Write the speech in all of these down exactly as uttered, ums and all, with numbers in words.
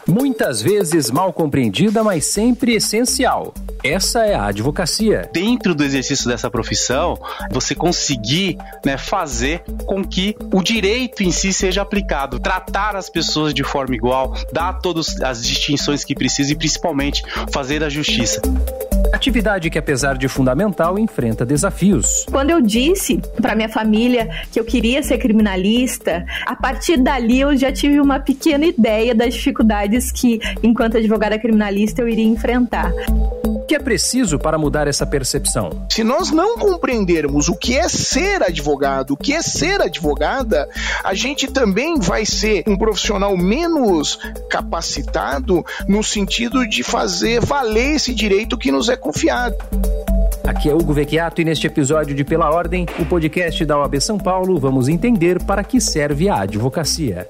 Muitas vezes mal compreendida, mas sempre essencial. Essa é a advocacia. Dentro do exercício dessa profissão, você conseguir, né, fazer com que o direito em si seja aplicado, tratar as pessoas de forma igual, dar todas as distinções que precisa e principalmente fazer a justiça. Atividade que, apesar de fundamental, enfrenta desafios. Quando eu disse para minha família que eu queria ser criminalista, a partir dali eu já tive uma pequena ideia das dificuldades que, enquanto advogada criminalista, eu iria enfrentar. O que é preciso para mudar essa percepção? Se nós não compreendermos o que é ser advogado, o que é ser advogada, a gente também vai ser um profissional menos capacitado no sentido de fazer valer esse direito que nos é confiado. Aqui é Hugo Vecchiato e neste episódio de Pela Ordem, o podcast da O A B São Paulo, vamos entender para que serve a advocacia.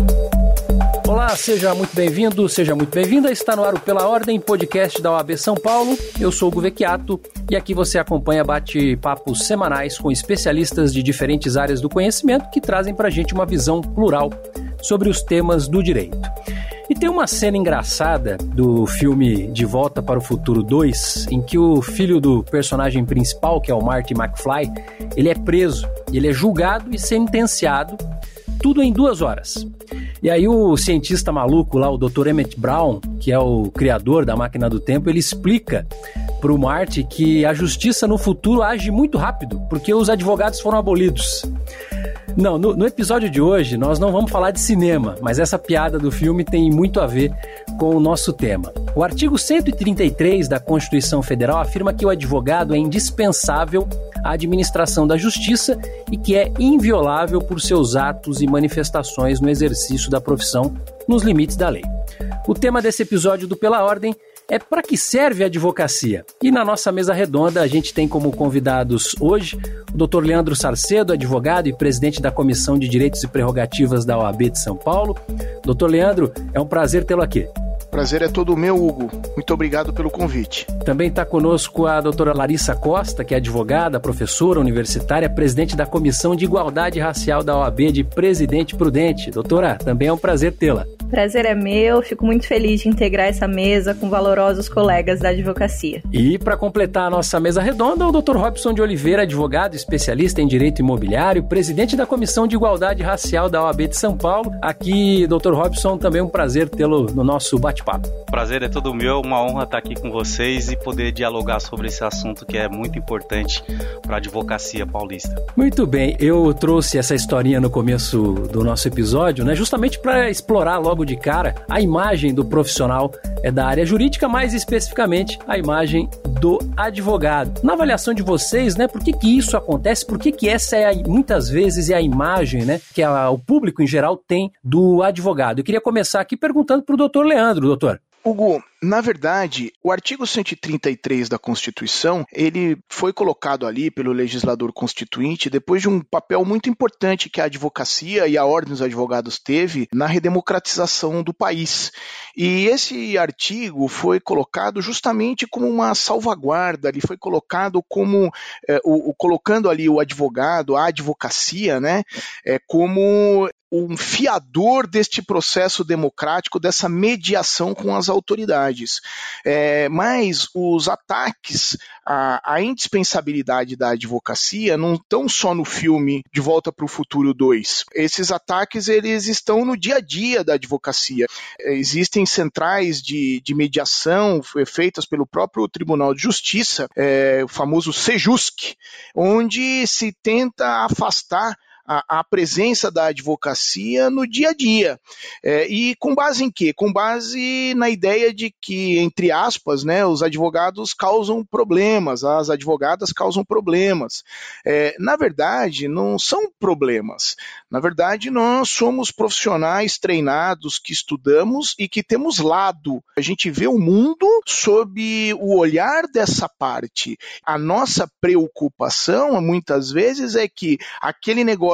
Olá, seja muito bem-vindo, seja muito bem-vinda. Está no ar o Pela Ordem, podcast da O A B São Paulo. Eu sou Hugo Vecchiato e aqui você acompanha bate-papos semanais com especialistas de diferentes áreas do conhecimento que trazem para a gente uma visão plural sobre os temas do direito. E tem uma cena engraçada do filme De Volta para o Futuro dois, em que o filho do personagem principal, que é o Marty McFly, ele é preso, ele é julgado e sentenciado, tudo em duas horas. E aí o cientista maluco lá, o doutor Emmett Brown, que é o criador da máquina do tempo, ele explica para o Marty que a justiça no futuro age muito rápido, porque os advogados foram abolidos. Não, no, no episódio de hoje nós não vamos falar de cinema, mas essa piada do filme tem muito a ver com o nosso tema. O artigo cento e trinta e três da Constituição Federal afirma que o advogado é indispensável à administração da justiça e que é inviolável por seus atos e manifestações no exercício da profissão nos limites da lei. O tema desse episódio do Pela Ordem é para que serve a advocacia. E na nossa mesa redonda a gente tem como convidados hoje o doutor Leandro Sarcedo, advogado e presidente da Comissão de Direitos e Prerrogativas da O A B de São Paulo. doutor Leandro, é um prazer tê-lo aqui. Prazer é todo meu, Hugo. Muito obrigado pelo convite. Também está conosco a doutora Larissa Costa, que é advogada, professora universitária, presidente da Comissão de Igualdade Racial da O A B de Presidente Prudente. Doutora, também é um prazer tê-la. Prazer é meu, fico muito feliz de integrar essa mesa com valorosos colegas da advocacia. E para completar a nossa mesa redonda, o doutor Robson de Oliveira, advogado, especialista em direito imobiliário, presidente da Comissão de Igualdade Racial da O A B de São Paulo. Aqui, doutor Robson, também é um prazer tê-lo no nosso bate-papo. Prazer é todo meu, uma honra estar aqui com vocês e poder dialogar sobre esse assunto que é muito importante para a advocacia paulista. Muito bem, eu trouxe essa historinha no começo do nosso episódio, né, justamente para explorar logo de cara a imagem do profissional é da área jurídica, mais especificamente a imagem do advogado. Na avaliação de vocês, né, por que que isso acontece? Por que que essa é a, muitas vezes é a imagem, né, que a, o público em geral tem do advogado? Eu queria começar aqui perguntando para o doutor Leandro, doutor. Hugo, na verdade, o artigo cento e trinta e três da Constituição, ele foi colocado ali pelo legislador constituinte depois de um papel muito importante que a advocacia e a Ordem dos Advogados teve na redemocratização do país. E esse artigo foi colocado justamente como uma salvaguarda, ele foi colocado como, é, o, o, colocando ali o advogado, a advocacia, né, é, como um fiador deste processo democrático, dessa mediação com as autoridades. É, mas os ataques à, à indispensabilidade da advocacia não estão só no filme De Volta para o Futuro dois. Esses ataques eles estão no dia a dia da advocacia. É, existem centrais de, de mediação feitas pelo próprio Tribunal de Justiça, é, o famoso SEJUSC, onde se tenta afastar A, a presença da advocacia no dia a dia. É, e com base em quê? Com base na ideia de que, entre aspas, né, os advogados causam problemas, as advogadas causam problemas. É, na verdade, não são problemas. Na verdade, nós somos profissionais treinados que estudamos e que temos lado. A gente vê o mundo sob o olhar dessa parte. A nossa preocupação, muitas vezes, é que aquele negócio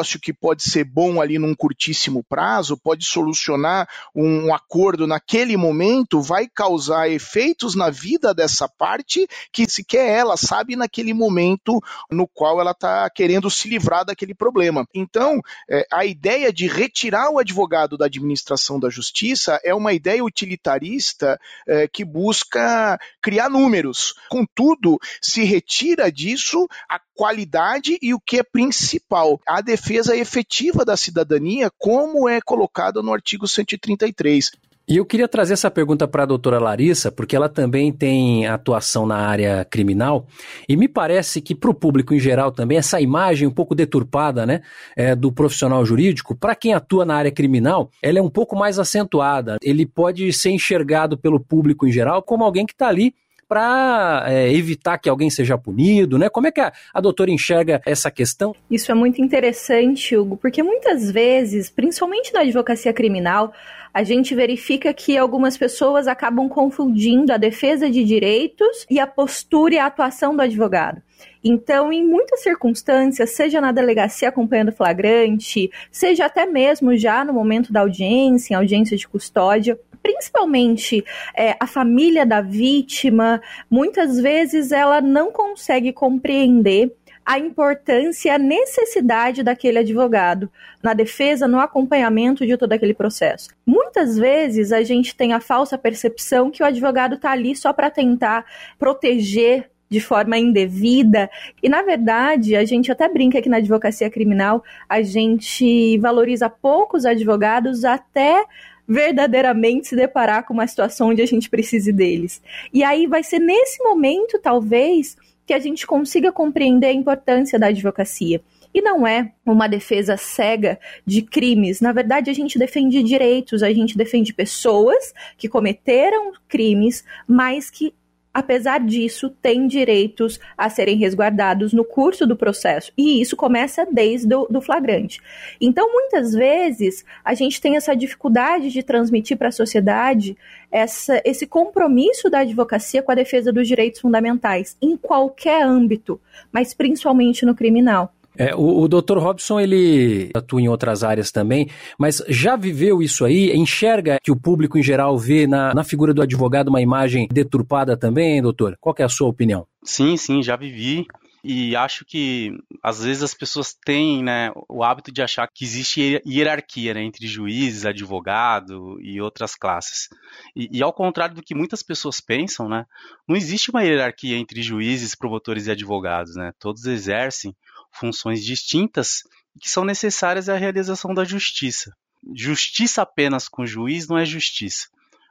negócio que pode ser bom ali num curtíssimo prazo, pode solucionar um acordo naquele momento, vai causar efeitos na vida dessa parte que sequer ela sabe naquele momento no qual ela está querendo se livrar daquele problema. Então, é, a ideia de retirar o advogado da administração da justiça é uma ideia utilitarista é, que busca criar números. Contudo, se retira disso a qualidade e o que é principal, a defesa efetiva da cidadania, como é colocado no artigo cento e trinta e três. E eu queria trazer essa pergunta para a doutora Larissa, porque ela também tem atuação na área criminal, e me parece que para o público em geral também, essa imagem um pouco deturpada, né, é, do profissional jurídico, para quem atua na área criminal, ela é um pouco mais acentuada. Ele pode ser enxergado pelo público em geral como alguém que está ali para é, evitar que alguém seja punido, né? Como é que a, a doutora enxerga essa questão? Isso é muito interessante, Hugo, porque muitas vezes, principalmente na advocacia criminal, a gente verifica que algumas pessoas acabam confundindo a defesa de direitos e a postura e a atuação do advogado. Então, em muitas circunstâncias, seja na delegacia acompanhando flagrante, seja até mesmo já no momento da audiência, em audiência de custódia, principalmente é, a família da vítima, muitas vezes ela não consegue compreender a importância e a necessidade daquele advogado na defesa, no acompanhamento de todo aquele processo. Muitas vezes a gente tem a falsa percepção que o advogado está ali só para tentar proteger de forma indevida, e na verdade a gente até brinca que na advocacia criminal a gente valoriza poucos advogados até verdadeiramente se deparar com uma situação onde a gente precise deles. E aí vai ser nesse momento, talvez, que a gente consiga compreender a importância da advocacia. E não é uma defesa cega de crimes. Na verdade, a gente defende direitos, a gente defende pessoas que cometeram crimes, mas que, apesar disso, têm direitos a serem resguardados no curso do processo. E isso começa desde o do flagrante. Então, muitas vezes, a gente tem essa dificuldade de transmitir para a sociedade essa, esse compromisso da advocacia com a defesa dos direitos fundamentais, em qualquer âmbito, mas principalmente no criminal. É, o, o doutor Robson, ele atua em outras áreas também, mas já viveu isso aí? Enxerga que o público em geral vê na, na figura do advogado uma imagem deturpada também, doutor? Qual que é a sua opinião? Sim, sim, já vivi. E acho que, às vezes, as pessoas têm, né, o hábito de achar que existe hierarquia, né, entre juízes, advogado e outras classes. E, e, ao contrário do que muitas pessoas pensam, né, não existe uma hierarquia entre juízes, promotores e advogados, né? Todos exercem funções distintas que são necessárias à realização da justiça. Justiça apenas com juiz não é justiça.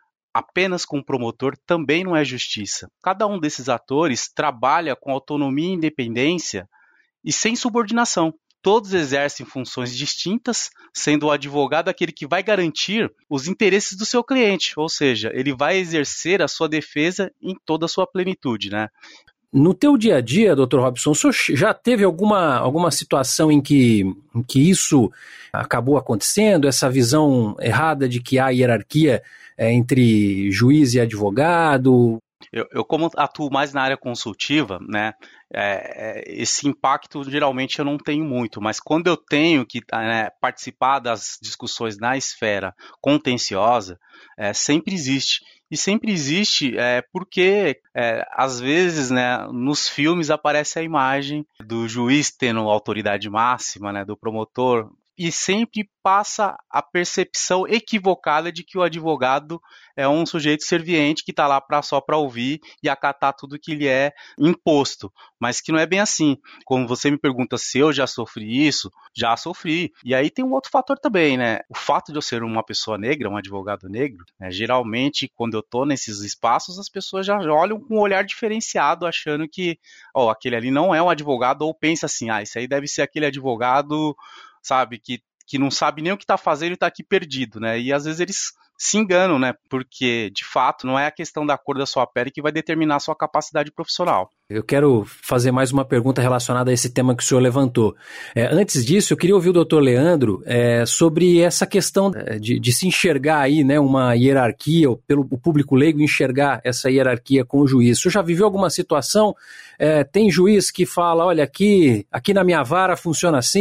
Apenas com promotor também não é justiça. Cada um desses atores trabalha com autonomia e independência e sem subordinação. Todos exercem funções distintas, sendo o advogado aquele que vai garantir os interesses do seu cliente, ou seja, ele vai exercer a sua defesa em toda a sua plenitude, né? No teu dia a dia, doutor Robson, o senhor já teve alguma, alguma situação em que, em que isso acabou acontecendo, essa visão errada de que há hierarquia é, entre juiz e advogado? Eu, eu como atuo mais na área consultiva, né, é, é, esse impacto geralmente eu não tenho muito, mas quando eu tenho que né, participar das discussões na esfera contenciosa, é, sempre existe. E sempre existe é, porque, é, às vezes, né, nos filmes aparece a imagem do juiz tendo autoridade máxima, né, do promotor, e sempre passa a percepção equivocada de que o advogado é um sujeito serviente que está lá pra, só para ouvir e acatar tudo que lhe é imposto, mas que não é bem assim. Como você me pergunta se eu já sofri isso, já sofri. E aí tem um outro fator também, né? O fato de eu ser uma pessoa negra, um advogado negro, né, geralmente quando eu estou nesses espaços, as pessoas já olham com um olhar diferenciado, achando que ó, aquele ali não é um advogado, ou pensa assim, ah, esse aí deve ser aquele advogado, sabe, que, que não sabe nem o que está fazendo e está aqui perdido, né? E às vezes eles se enganam, né? Porque, de fato, não é a questão da cor da sua pele que vai determinar a sua capacidade profissional. Eu quero fazer mais uma pergunta relacionada a esse tema que o senhor levantou. É, antes disso, eu queria ouvir o doutor Leandro é, sobre essa questão de, de se enxergar aí, né, uma hierarquia, ou pelo o público leigo enxergar essa hierarquia com o juiz. O senhor já viveu alguma situação? É, tem juiz que fala, olha, aqui, aqui na minha vara funciona assim,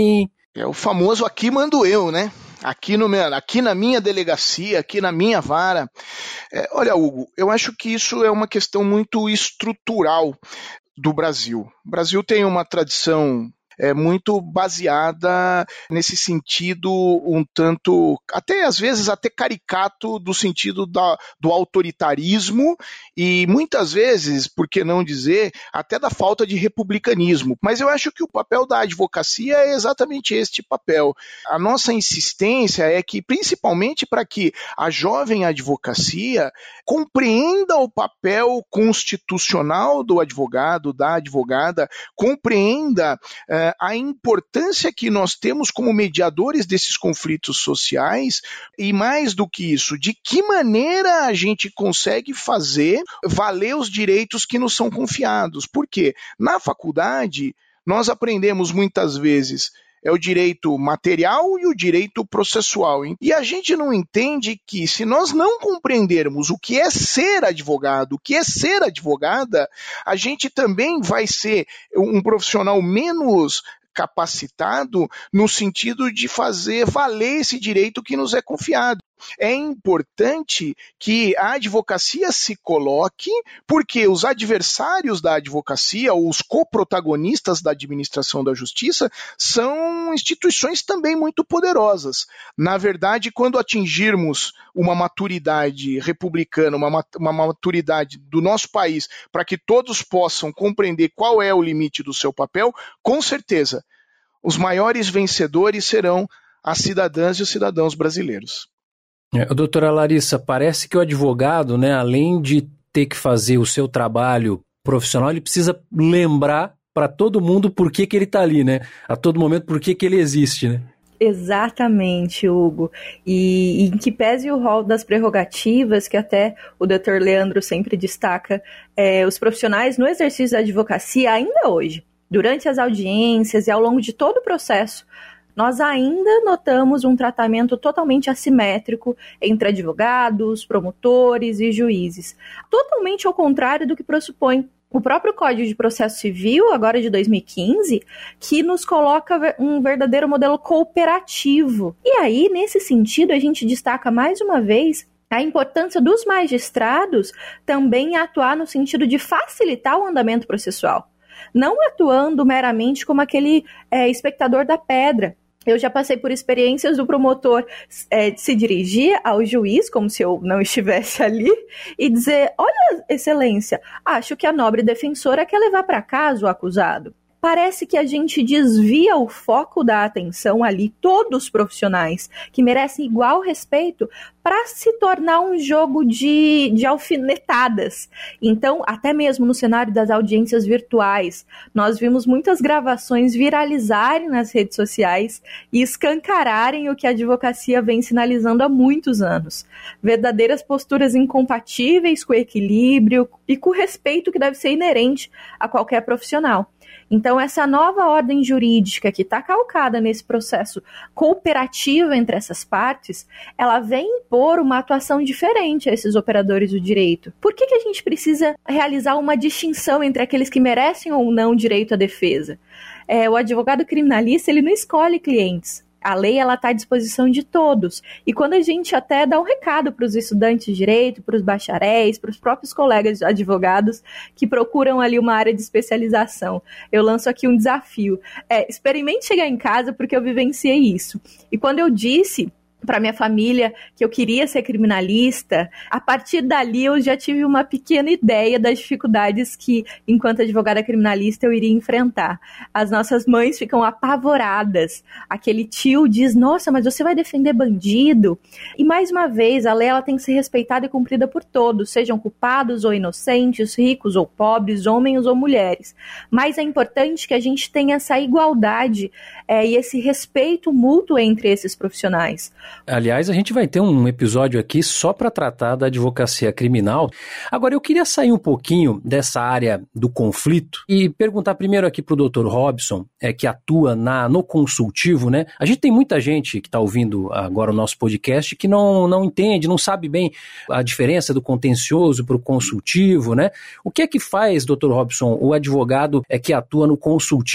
É o famoso aqui mando eu, né? Aqui, no meu, aqui na minha delegacia, aqui na minha vara. É, olha, Hugo, eu acho que isso é uma questão muito estrutural do Brasil. O Brasil tem uma tradição é, muito baseada nesse sentido um tanto, até às vezes até caricato, do sentido da, do autoritarismo e muitas vezes, por que não dizer, até da falta de republicanismo. Mas eu acho que o papel da advocacia é exatamente este papel. A nossa insistência é que, principalmente para que a jovem advocacia compreenda o papel constitucional do advogado, da advogada, compreenda uh, a importância que nós temos como mediadores desses conflitos sociais e, mais do que isso, de que maneira a gente consegue fazer valer os direitos que nos são confiados. Por quê? Na faculdade, nós aprendemos muitas vezes é o direito material e o direito processual. E a gente não entende que, se nós não compreendermos o que é ser advogado, o que é ser advogada, a gente também vai ser um profissional menos capacitado no sentido de fazer valer esse direito que nos é confiado. É importante que a advocacia se coloque, porque os adversários da advocacia, ou os coprotagonistas da administração da justiça, são instituições também muito poderosas. Na verdade, quando atingirmos uma maturidade republicana, uma, uma maturidade do nosso país, para que todos possam compreender qual é o limite do seu papel, com certeza, os maiores vencedores serão as cidadãs e os cidadãos brasileiros. É, doutora Larissa, parece que o advogado, né, além de ter que fazer o seu trabalho profissional, ele precisa lembrar para todo mundo por que, que ele está ali, né? A todo momento por que, que ele existe, né? Exatamente, Hugo. E, e em que pese o rol das prerrogativas, que até o doutor Leandro sempre destaca, é, os profissionais no exercício da advocacia, ainda hoje, durante as audiências e ao longo de todo o processo, nós ainda notamos um tratamento totalmente assimétrico entre advogados, promotores e juízes. Totalmente ao contrário do que pressupõe o próprio Código de Processo Civil, agora de dois mil e quinze, que nos coloca um verdadeiro modelo cooperativo. E aí, nesse sentido, a gente destaca mais uma vez a importância dos magistrados também atuar no sentido de facilitar o andamento processual, não atuando meramente como aquele é, espectador da pedra. Eu já passei por experiências do promotor é, se dirigir ao juiz, como se eu não estivesse ali, e dizer: olha, excelência, acho que a nobre defensora quer levar para casa o acusado. Parece que a gente desvia o foco da atenção ali, todos os profissionais que merecem igual respeito, para se tornar um jogo de, de alfinetadas. Então, até mesmo no cenário das audiências virtuais, nós vimos muitas gravações viralizarem nas redes sociais e escancararem o que a advocacia vem sinalizando há muitos anos. Verdadeiras posturas incompatíveis com o equilíbrio e com o respeito que deve ser inerente a qualquer profissional. Então, essa nova ordem jurídica que está calcada nesse processo cooperativo entre essas partes, ela vem impor uma atuação diferente a esses operadores do direito. Por que que a gente precisa realizar uma distinção entre aqueles que merecem ou não direito à defesa? É, o advogado criminalista, ele não escolhe clientes. A lei está à disposição de todos. E quando a gente até dá um recado para os estudantes de direito, para os bacharéis, para os próprios colegas advogados que procuram ali uma área de especialização, eu lanço aqui um desafio. É, experimente chegar em casa, porque eu vivenciei isso. E quando eu disse para minha família que eu queria ser criminalista, a partir dali eu já tive uma pequena ideia das dificuldades que, enquanto advogada criminalista, eu iria enfrentar. As nossas mães ficam apavoradas. Aquele tio diz: nossa, mas você vai defender bandido? E, mais uma vez, a lei ela tem que ser respeitada e cumprida por todos, sejam culpados ou inocentes, ricos ou pobres, homens ou mulheres. Mas é importante que a gente tenha essa igualdade é, e esse respeito mútuo entre esses profissionais. Aliás, a gente vai ter um episódio aqui só para tratar da advocacia criminal. Agora, eu queria sair um pouquinho dessa área do conflito e perguntar primeiro aqui para o doutor Robson, é, que atua na, no consultivo, né? A gente tem muita gente que está ouvindo agora o nosso podcast que não, não entende, não sabe bem a diferença do contencioso para o consultivo, né? O que é que faz, doutor Robson, o advogado é que atua no consultivo?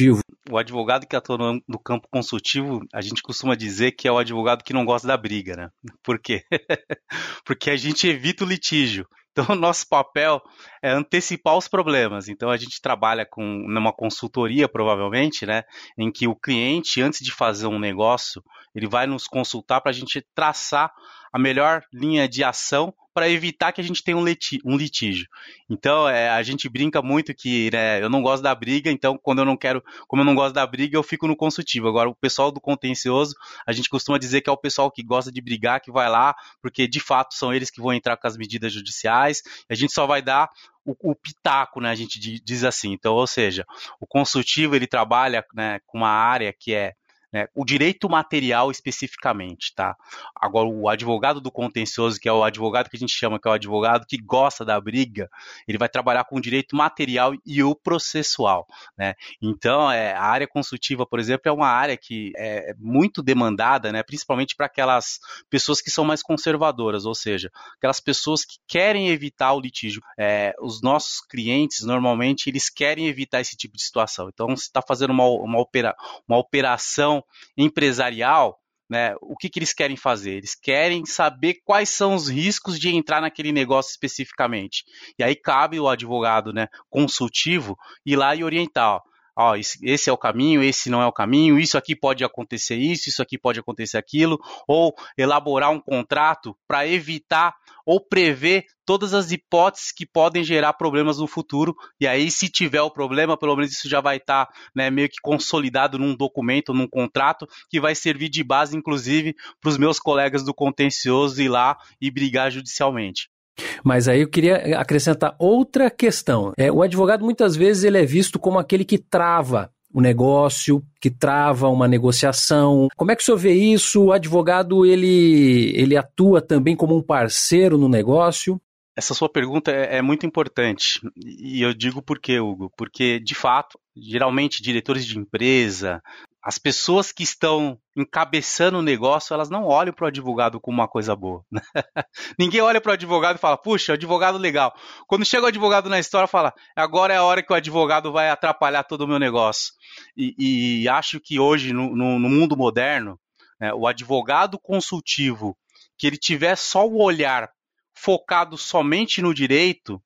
o advogado que atua no, no campo consultivo, a gente costuma dizer que é o advogado que não gosta da briga, né? Por quê? Porque a gente evita o litígio. Então, o nosso papel é antecipar os problemas. Então, a gente trabalha com numa consultoria, provavelmente, né, em que o cliente, antes de fazer um negócio, ele vai nos consultar para a gente traçar a melhor linha de ação para evitar que a gente tenha um, liti- um litígio. Então, é, a gente brinca muito que, né, eu não gosto da briga, então, quando eu não quero, como eu não gosto da briga, eu fico no consultivo. Agora, o pessoal do contencioso, a gente costuma dizer que é o pessoal que gosta de brigar, que vai lá, porque, de fato, são eles que vão entrar com as medidas judiciais, a gente só vai dar o, o pitaco, né, a gente diz assim. Então, ou seja, o consultivo, ele trabalha, né, com uma área que é, né, o direito material especificamente, tá? Agora, o advogado do contencioso, que é o advogado que a gente chama, que é o advogado que gosta da briga, ele vai trabalhar com o direito material e o processual, né? Então, é, a área consultiva, por exemplo, é uma área que é muito demandada, né, principalmente para aquelas pessoas que são mais conservadoras, ou seja, aquelas pessoas que querem evitar o litígio. É, os nossos clientes, normalmente, eles querem evitar esse tipo de situação. Então, se está fazendo uma, uma, opera, uma operação empresarial, né, o que, que eles querem fazer? Eles querem saber quais são os riscos de entrar naquele negócio especificamente. E aí cabe o advogado, né, consultivo ir lá e orientar. Ó, ó, esse, esse é o caminho, esse não é o caminho, isso aqui pode acontecer isso, isso aqui pode acontecer aquilo, ou elaborar um contrato para evitar ou prever todas as hipóteses que podem gerar problemas no futuro, e aí se tiver o problema, pelo menos isso já vai estar, né, meio que consolidado num documento, num contrato, que vai servir de base, inclusive, para os meus colegas do contencioso ir lá e brigar judicialmente. Mas aí eu queria acrescentar outra questão. É, o advogado, muitas vezes, ele é visto como aquele que trava o negócio, que trava uma negociação. Como é que o senhor vê isso? O advogado, ele, ele atua também como um parceiro no negócio? Essa sua pergunta é, é muito importante. E eu digo por quê, Hugo? Porque, de fato, geralmente, diretores de empresa, as pessoas que estão encabeçando o negócio, elas não olham para o advogado como uma coisa boa. Ninguém olha para o advogado e fala, puxa, advogado legal. Quando chega o advogado na história, fala, agora é a hora que o advogado vai atrapalhar todo o meu negócio. E, e acho que hoje, no, no, no mundo moderno, né, o advogado consultivo, que ele tiver só o olhar focado somente no direito,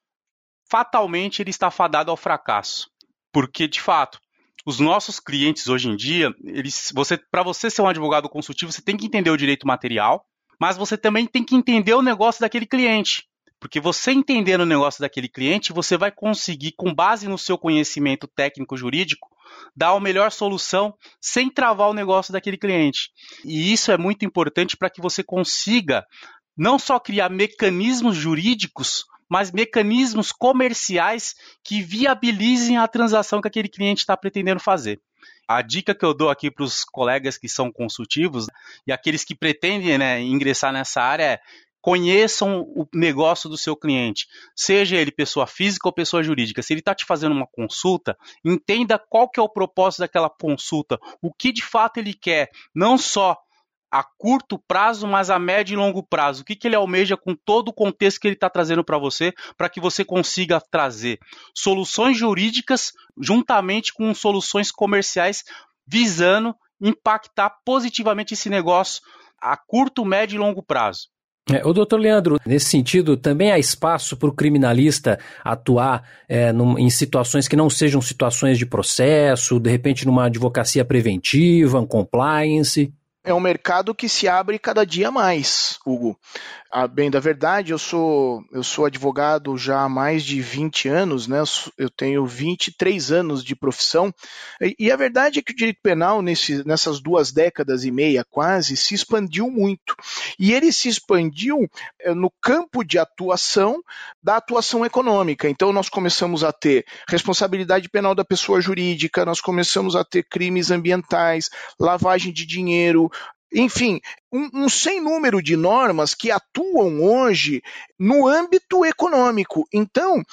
fatalmente ele está fadado ao fracasso. Porque, de fato, os nossos clientes hoje em dia, eles, você, para você ser um advogado consultivo, você tem que entender o direito material, mas você também tem que entender o negócio daquele cliente. Porque você entendendo o negócio daquele cliente, você vai conseguir, com base no seu conhecimento técnico-jurídico, dar a melhor solução sem travar o negócio daquele cliente. E isso é muito importante para que você consiga não só criar mecanismos jurídicos, mas mecanismos comerciais que viabilizem a transação que aquele cliente está pretendendo fazer. A dica que eu dou aqui para os colegas que são consultivos e aqueles que pretendem, né, ingressar nessa área é: conheçam o negócio do seu cliente, seja ele pessoa física ou pessoa jurídica. Se ele está te fazendo uma consulta, entenda qual que é o propósito daquela consulta, o que de fato ele quer, não só a curto prazo, mas a médio e longo prazo. O que, que ele almeja com todo o contexto que ele está trazendo para você, para que você consiga trazer soluções jurídicas juntamente com soluções comerciais, visando impactar positivamente esse negócio a curto, médio e longo prazo. É, o doutor Leandro, nesse sentido, também há espaço para o criminalista atuar é, num, em situações que não sejam situações de processo, de repente numa advocacia preventiva, um compliance? É um mercado que se abre cada dia mais, Hugo. A bem da verdade, eu sou, eu sou advogado já há mais de vinte anos, né? Eu tenho vinte e três anos de profissão, e, e a verdade é que o direito penal, nesse, nessas duas décadas e meia quase, se expandiu muito. E ele se expandiu é, no campo de atuação da atuação econômica. Então nós começamos a ter responsabilidade penal da pessoa jurídica, nós começamos a ter crimes ambientais, lavagem de dinheiro, enfim, um, um sem número de normas que atuam hoje no âmbito econômico. Então,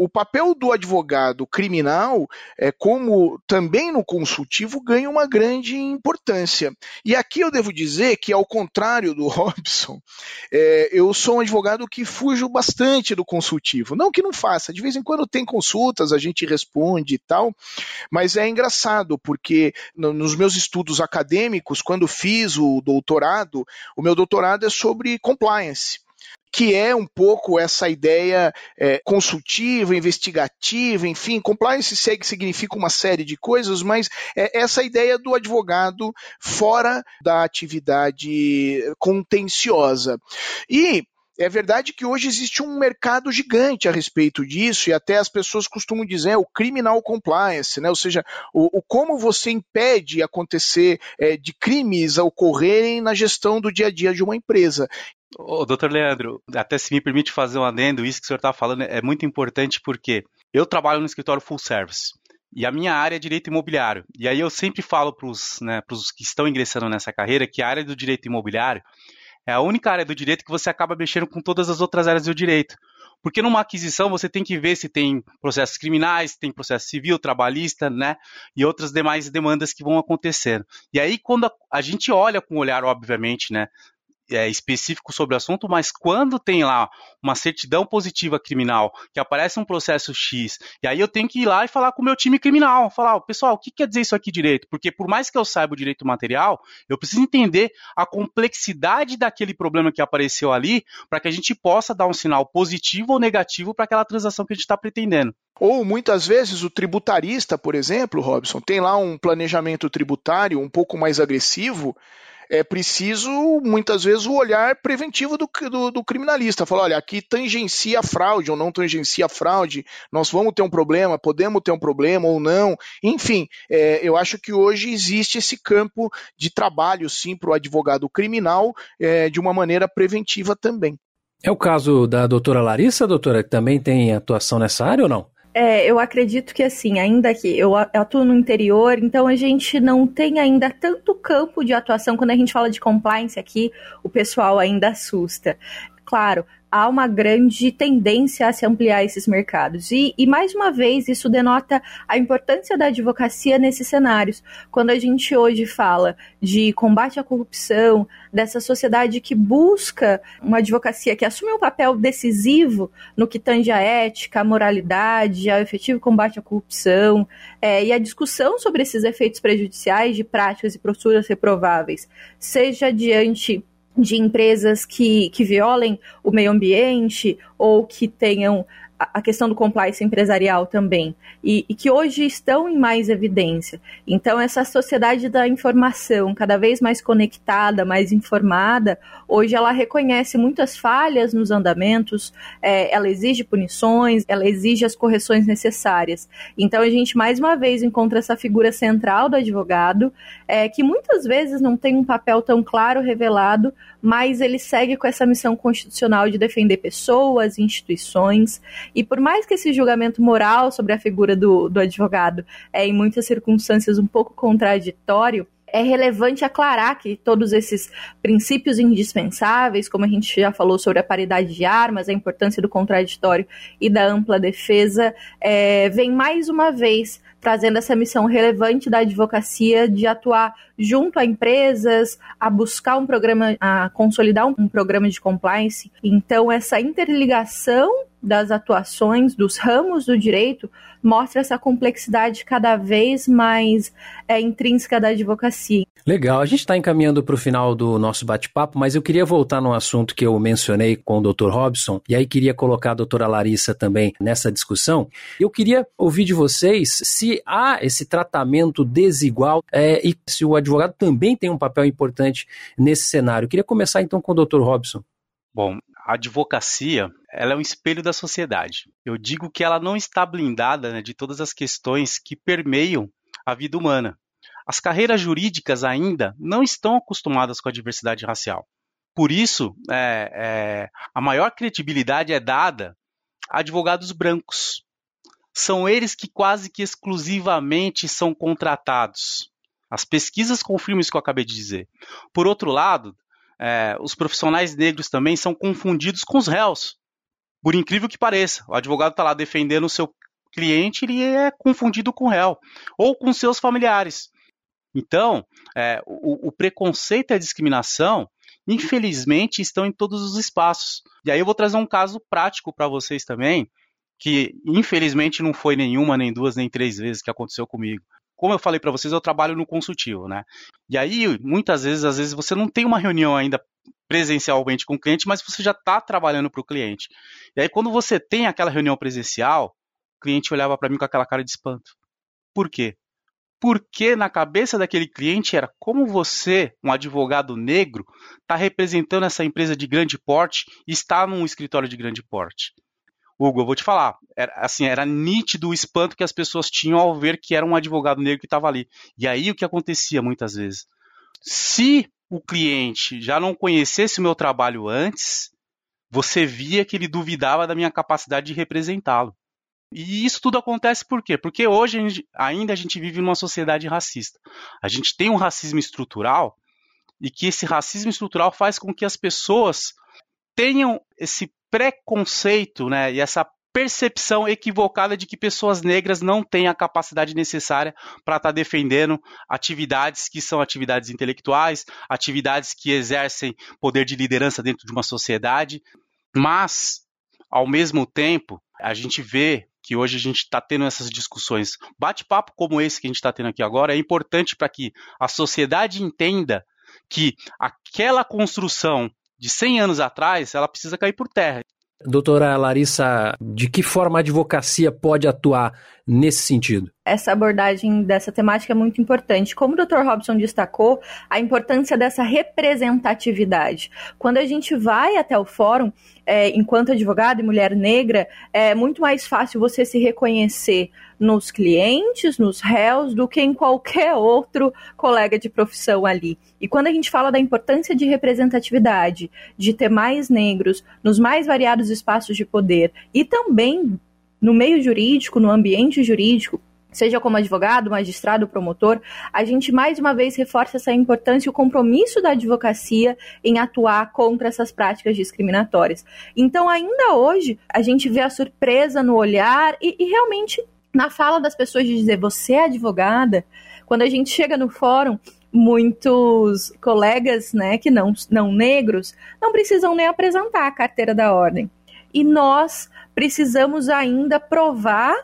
o papel do advogado criminal, é, como também no consultivo, ganha uma grande importância. E aqui eu devo dizer que, ao contrário do Robson, é, eu sou um advogado que fujo bastante do consultivo. Não que não faça, de vez em quando tem consultas, a gente responde e tal, mas é engraçado, porque no, nos meus estudos acadêmicos, quando fiz o doutorado, o meu doutorado é sobre compliance, que é um pouco essa ideia é, consultiva, investigativa, enfim, compliance segue, significa uma série de coisas, mas é essa ideia do advogado fora da atividade contenciosa. E é verdade que hoje existe um mercado gigante a respeito disso, e até as pessoas costumam dizer é, o criminal compliance, né? Ou seja, o, o como você impede acontecer é, de crimes a ocorrerem na gestão do dia a dia de uma empresa. Ô, doutor Leandro, até se me permite fazer um adendo, isso que o senhor está falando é muito importante porque eu trabalho no escritório full service e a minha área é direito imobiliário. E aí eu sempre falo para os né, pros que estão ingressando nessa carreira que a área do direito imobiliário é a única área do direito que você acaba mexendo com todas as outras áreas do direito. Porque numa aquisição você tem que ver se tem processos criminais, se tem processo civil, trabalhista, né, e outras demais demandas que vão acontecendo. E aí quando a, a gente olha com um olhar, obviamente, né, É, específico sobre o assunto, mas quando tem lá uma certidão positiva criminal, que aparece um processo X, e aí eu tenho que ir lá e falar com o meu time criminal, falar, pessoal, o que quer dizer isso aqui direito? Porque por mais que eu saiba o direito material, eu preciso entender a complexidade daquele problema que apareceu ali, para que a gente possa dar um sinal positivo ou negativo para aquela transação que a gente está pretendendo. Ou, muitas vezes, o tributarista, por exemplo, Robson, tem lá um planejamento tributário um pouco mais agressivo. É preciso, muitas vezes, o olhar preventivo do, do, do criminalista. Falar, olha, aqui tangencia a fraude ou não tangencia a fraude, nós vamos ter um problema, podemos ter um problema ou não. Enfim, é, eu acho que hoje existe esse campo de trabalho, sim, para o advogado criminal, é, de uma maneira preventiva também. É o caso da doutora Larissa, doutora, que também tem atuação nessa área ou não? É, eu acredito que assim, ainda que eu atuo no interior, então a gente não tem ainda tanto campo de atuação. Quando a gente fala de compliance aqui, o pessoal ainda assusta. Claro, há uma grande tendência a se ampliar esses mercados. E, e, mais uma vez, isso denota a importância da advocacia nesses cenários. Quando a gente hoje fala de combate à corrupção, dessa sociedade que busca uma advocacia que assume um papel decisivo no que tange a ética, a moralidade, ao efetivo combate à corrupção, é, e a discussão sobre esses efeitos prejudiciais de práticas e posturas reprováveis, seja diante de empresas que, que violem o meio ambiente ou que tenham a questão do compliance empresarial também, e, e que hoje estão em mais evidência. Então, essa sociedade da informação, cada vez mais conectada, mais informada, hoje ela reconhece muitas falhas nos andamentos, é, ela exige punições, ela exige as correções necessárias. Então, a gente, mais uma vez, encontra essa figura central do advogado, é, que muitas vezes não tem um papel tão claro, revelado, mas ele segue com essa missão constitucional de defender pessoas, instituições. E por mais que esse julgamento moral sobre a figura do, do advogado é, em muitas circunstâncias, um pouco contraditório, é relevante aclarar que todos esses princípios indispensáveis, como a gente já falou sobre a paridade de armas, a importância do contraditório e da ampla defesa, é, vem mais uma vez trazendo essa missão relevante da advocacia de atuar junto a empresas, a buscar um programa, a consolidar um, um programa de compliance. Então, essa interligação das atuações, dos ramos do direito, mostra essa complexidade cada vez mais é, intrínseca da advocacia. Legal, a gente está encaminhando para o final do nosso bate-papo, mas eu queria voltar num assunto que eu mencionei com o doutor Robson, e aí queria colocar a doutora Larissa também nessa discussão. Eu queria ouvir de vocês se há esse tratamento desigual é, e se o advogado também tem um papel importante nesse cenário. Eu queria começar então com o doutor Robson. Bom, a advocacia, ela é um espelho da sociedade. Eu digo que ela não está blindada, né, de todas as questões que permeiam a vida humana. As carreiras jurídicas ainda não estão acostumadas com a diversidade racial. Por isso, é, é, a maior credibilidade é dada a advogados brancos. São eles que quase que exclusivamente são contratados. As pesquisas confirmam isso que eu acabei de dizer. Por outro lado, É, os profissionais negros também são confundidos com os réus. Por incrível que pareça, o advogado está lá defendendo o seu cliente, ele é confundido com o réu ou com seus familiares. Então, é, o, o preconceito e a discriminação, infelizmente, estão em todos os espaços. E aí eu vou trazer um caso prático para vocês também, que infelizmente não foi nenhuma, nem duas, nem três vezes que aconteceu comigo. Como eu falei para vocês, eu trabalho no consultivo, né? E aí, muitas vezes, às vezes, você não tem uma reunião ainda presencialmente com o cliente, mas você já está trabalhando para o cliente. E aí, quando você tem aquela reunião presencial, o cliente olhava para mim com aquela cara de espanto. Por quê? Porque na cabeça daquele cliente era como você, um advogado negro, está representando essa empresa de grande porte e está num escritório de grande porte. Hugo, eu vou te falar, era, assim, era nítido o espanto que as pessoas tinham ao ver que era um advogado negro que estava ali. E aí o que acontecia muitas vezes? Se o cliente já não conhecesse o meu trabalho antes, você via que ele duvidava da minha capacidade de representá-lo. E isso tudo acontece por quê? Porque hoje a gente, ainda a gente vive numa sociedade racista. A gente tem um racismo estrutural e que esse racismo estrutural faz com que as pessoas tenham esse preconceito, né, e essa percepção equivocada de que pessoas negras não têm a capacidade necessária para estar defendendo atividades que são atividades intelectuais, atividades que exercem poder de liderança dentro de uma sociedade. Mas, ao mesmo tempo, a gente vê que hoje a gente está tendo essas discussões. Bate-papo como esse que a gente está tendo aqui agora é importante para que a sociedade entenda que aquela construção de cem anos atrás, ela precisa cair por terra. Doutora Larissa, de que forma a advocacia pode atuar nesse sentido? Essa abordagem dessa temática é muito importante. Como o doutor Robson destacou, a importância dessa representatividade. Quando a gente vai até o fórum, é, enquanto advogado e mulher negra, é muito mais fácil você se reconhecer nos clientes, nos réus, do que em qualquer outro colega de profissão ali. E quando a gente fala da importância de representatividade, de ter mais negros nos mais variados espaços de poder e também no meio jurídico, no ambiente jurídico, seja como advogado, magistrado, promotor, a gente mais uma vez reforça essa importância e o compromisso da advocacia em atuar contra essas práticas discriminatórias. Então, ainda hoje, a gente vê a surpresa no olhar e, e realmente na fala das pessoas de dizer, você é advogada? Quando a gente chega no fórum, muitos colegas, né, que não, não negros não precisam nem apresentar a carteira da ordem. E nós precisamos ainda provar,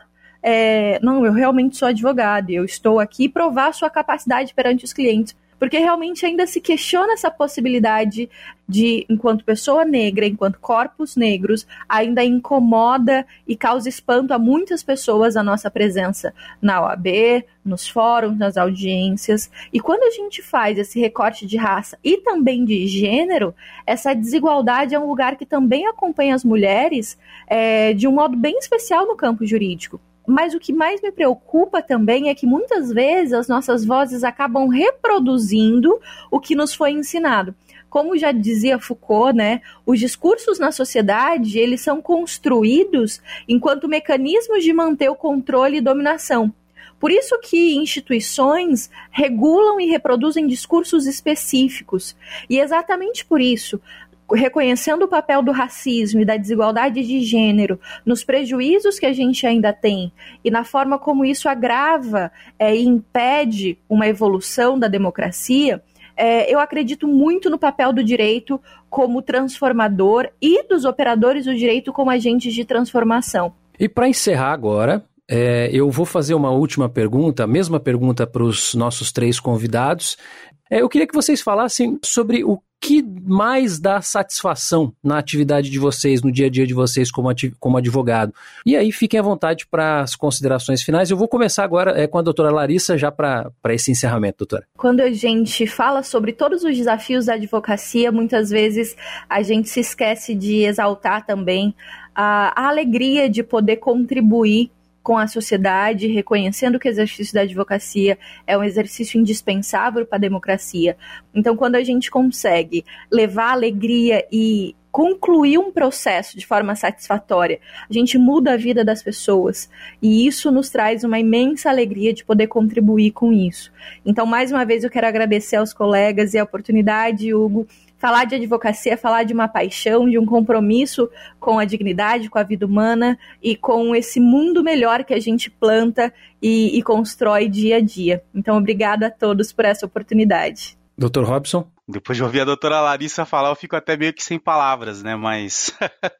é, não, eu realmente sou advogada, eu estou aqui provar a sua capacidade perante os clientes. Porque realmente ainda se questiona essa possibilidade de, enquanto pessoa negra, enquanto corpos negros, ainda incomoda e causa espanto a muitas pessoas a nossa presença na O A B, nos fóruns, nas audiências. E quando a gente faz esse recorte de raça e também de gênero, essa desigualdade é um lugar que também acompanha as mulheres é, de um modo bem especial no campo jurídico. Mas o que mais me preocupa também é que muitas vezes as nossas vozes acabam reproduzindo o que nos foi ensinado. Como já dizia Foucault, né, os discursos na sociedade, eles são construídos enquanto mecanismos de manter o controle e dominação. Por isso que instituições regulam e reproduzem discursos específicos. E exatamente por isso, reconhecendo o papel do racismo e da desigualdade de gênero nos prejuízos que a gente ainda tem e na forma como isso agrava é, e impede uma evolução da democracia, é, eu acredito muito no papel do direito como transformador e dos operadores do direito como agentes de transformação. E para encerrar agora, é, eu vou fazer uma última pergunta, a mesma pergunta para os nossos três convidados. É, eu queria que vocês falassem sobre o que mais dá satisfação na atividade de vocês, no dia a dia de vocês como, ati- como advogado. E aí fiquem à vontade para as considerações finais. Eu vou começar agora é, com a doutora Larissa, já para esse encerramento, doutora. Quando a gente fala sobre todos os desafios da advocacia, muitas vezes a gente se esquece de exaltar também a, a alegria de poder contribuir com a sociedade, reconhecendo que o exercício da advocacia é um exercício indispensável para a democracia. Então, quando a gente consegue levar alegria e concluir um processo de forma satisfatória, a gente muda a vida das pessoas, e isso nos traz uma imensa alegria de poder contribuir com isso. Então, mais uma vez, eu quero agradecer aos colegas e a oportunidade, Hugo. Falar de advocacia é falar de uma paixão, de um compromisso com a dignidade, com a vida humana e com esse mundo melhor que a gente planta e, e constrói dia a dia. Então, obrigada a todos por essa oportunidade. doutor Robson? Depois de ouvir a doutora Larissa falar, eu fico até meio que sem palavras, né? Mas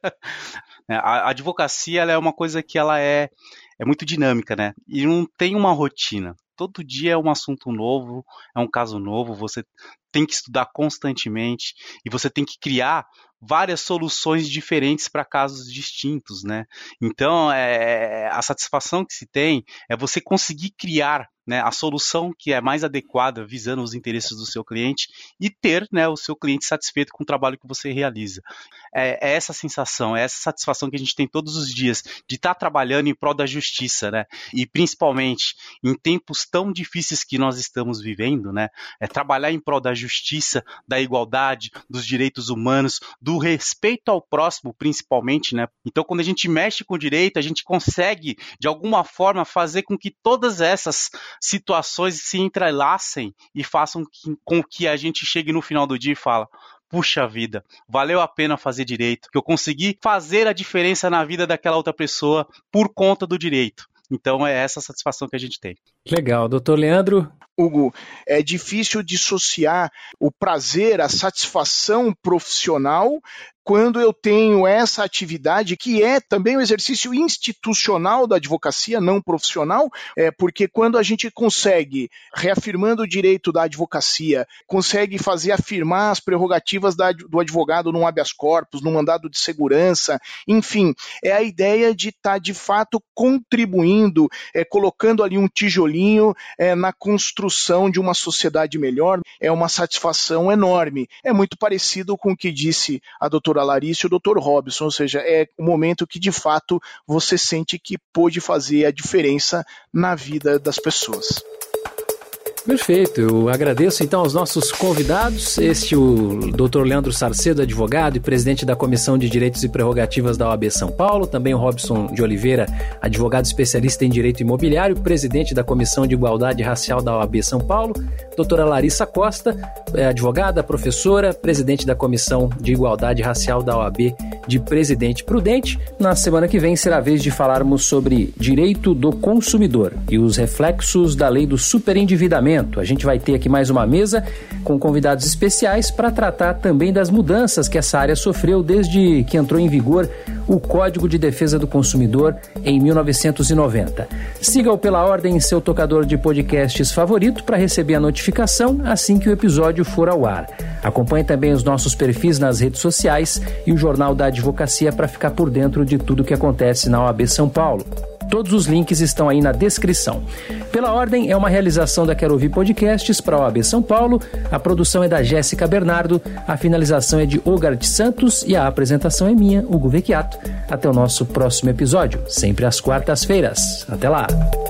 a advocacia, ela é uma coisa que ela é, é muito dinâmica, né? E não tem uma rotina. Todo dia é um assunto novo, é um caso novo, você tem que estudar constantemente e você tem que criar várias soluções diferentes para casos distintos, né? Então, é, a satisfação que se tem é você conseguir criar, né, a solução que é mais adequada, visando os interesses do seu cliente e ter, né, o seu cliente satisfeito com o trabalho que você realiza. É, é essa sensação, é essa satisfação que a gente tem todos os dias de estar trabalhando em prol da justiça, né? E principalmente em tempos tão difíceis que nós estamos vivendo, né? É trabalhar em prol da justiça, da igualdade, dos direitos humanos, do respeito ao próximo, principalmente, né? Então, quando a gente mexe com o direito, a gente consegue, de alguma forma, fazer com que todas essas situações se entrelacem e façam que, com que a gente chegue no final do dia e fala: puxa vida, valeu a pena fazer direito, que eu consegui fazer a diferença na vida daquela outra pessoa por conta do direito. Então é essa a satisfação que a gente tem. Legal. doutor Leandro? Hugo, é difícil dissociar o prazer, a satisfação profissional quando eu tenho essa atividade que é também um exercício institucional da advocacia, não profissional, é porque quando a gente consegue, reafirmando o direito da advocacia, consegue fazer afirmar as prerrogativas da, do advogado num habeas corpus, num mandado de segurança, enfim, é a ideia de estar tá, de fato contribuindo, é, colocando ali um tijolinho é, na construção de uma sociedade melhor, é uma satisfação enorme. É muito parecido com o que disse a doutora Larissa e o doutor Robson, ou seja, é o momento que de fato você sente que pôde fazer a diferença na vida das pessoas. Perfeito, eu agradeço então aos nossos convidados, este o doutor Leandro Sarcedo, advogado e presidente da Comissão de Direitos e Prerrogativas da O A B São Paulo, também o Robson de Oliveira, advogado especialista em Direito Imobiliário, presidente da Comissão de Igualdade Racial da O A B São Paulo, doutora Larissa Costa, advogada, professora, presidente da Comissão de Igualdade Racial da O A B de Presidente Prudente. Na semana que vem será a vez de falarmos sobre direito do consumidor e os reflexos da lei do superendividamento. A gente vai ter aqui mais uma mesa com convidados especiais para tratar também das mudanças que essa área sofreu desde que entrou em vigor o Código de Defesa do Consumidor em mil novecentos e noventa. Siga-o pela ordem em seu tocador de podcasts favorito para receber a notificação assim que o episódio for ao ar. Acompanhe também os nossos perfis nas redes sociais e o Jornal da Advocacia para ficar por dentro de tudo que acontece na O A B São Paulo. Todos os links estão aí na descrição. Pela Ordem é uma realização da Quero Ouvir Podcasts para a O A B São Paulo. A produção é da Jéssica Bernardo, a finalização é de Ogart Santos e a apresentação é minha, Hugo Vecchiato. Até o nosso próximo episódio, sempre às quartas-feiras. Até lá!